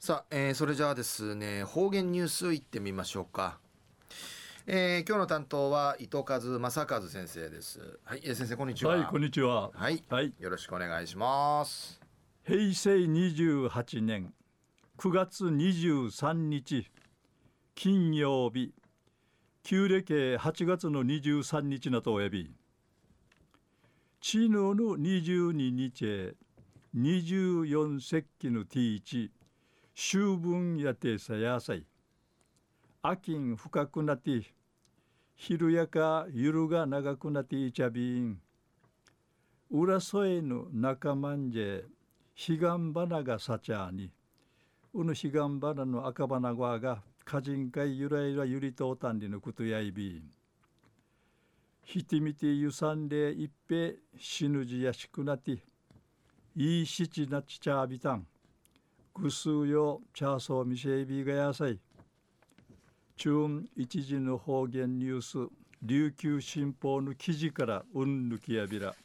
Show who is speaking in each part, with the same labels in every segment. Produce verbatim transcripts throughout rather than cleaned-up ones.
Speaker 1: さあ、えーそれじゃあですね、方言ニュースいってみましょうか。えー今日の担当は糸数正和先生です。はい、えー先生こんにち
Speaker 2: はい、
Speaker 1: は。
Speaker 2: こんにちは。
Speaker 1: はい、
Speaker 2: はい、
Speaker 1: よろしくお願いします。
Speaker 2: 平成にじゅうはちねんくがつにじゅうさんにち金曜日、旧暦はちがつのにじゅうさんにちなとおやび、ちののにじゅうににちへにじゅうよん節気の ティーワン、秋分やてさやさい、秋ん深くなって、昼やか夜が長くなっていちゃびん、浦添の仲間んじぇ彼岸花がさちゃに、うぬ彼岸花の赤花ごわが歌人会ゆらゆらゆりとおたんりのことやいび、ひてみてゆさんでいっぺ死ぬじやしくなっていいしちなちちゃびたんぐすうよチャーソーみせいびがやさい。中一時の方言ニュース琉球新報の記事からうんぬきやびら、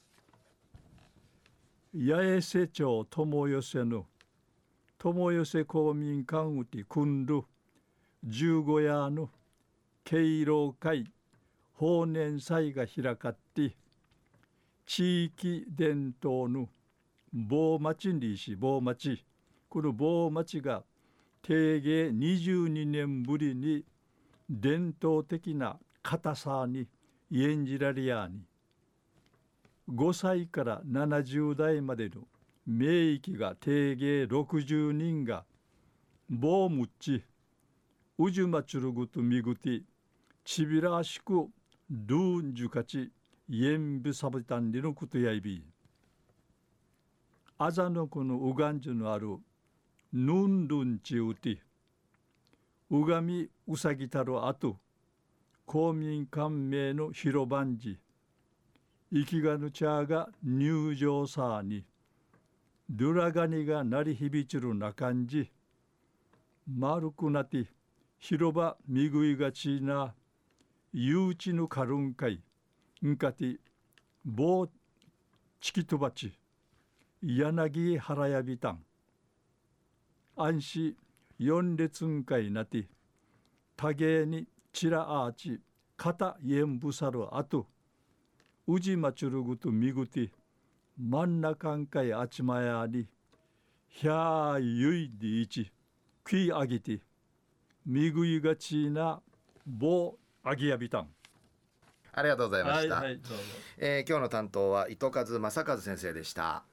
Speaker 2: 八重瀬町友寄せの友寄せ公民館うて組んる十五夜の敬老会法年祭が開かって地域伝統の棒町にし棒町、この棒町が定芸にじゅうにねんぶりに伝統的な硬さに演じられやに、ごさいからななじゅうだいまでの名域が定芸ろくじゅうにんが棒むっちうじゅまちゅるぐとみぐてちびらしくルーンジュカチイエンビサブタンリのことやいび、あざのこのうがんじゅのあるヌンルンチウティうがみうさぎたるあと公民館名の広場んじ生きがぬちゃが入場さにドゥラガニが鳴り響ちるな感じ丸くなって広場みぐいがちな誘致のかるんかいんかて棒チキとばち柳原やびたん安心四列んかいなて多芸にちらあーち肩えんぶさるあとうじまちゅるぐとみぐて真ん中んかいあちまやにひゃーゆいでいち食いあげてみぐいがちな棒あげやびたん。
Speaker 1: ありがとうございました。
Speaker 2: はいはい、どうぞ。
Speaker 1: えー今日の担当は糸数正和先生でした。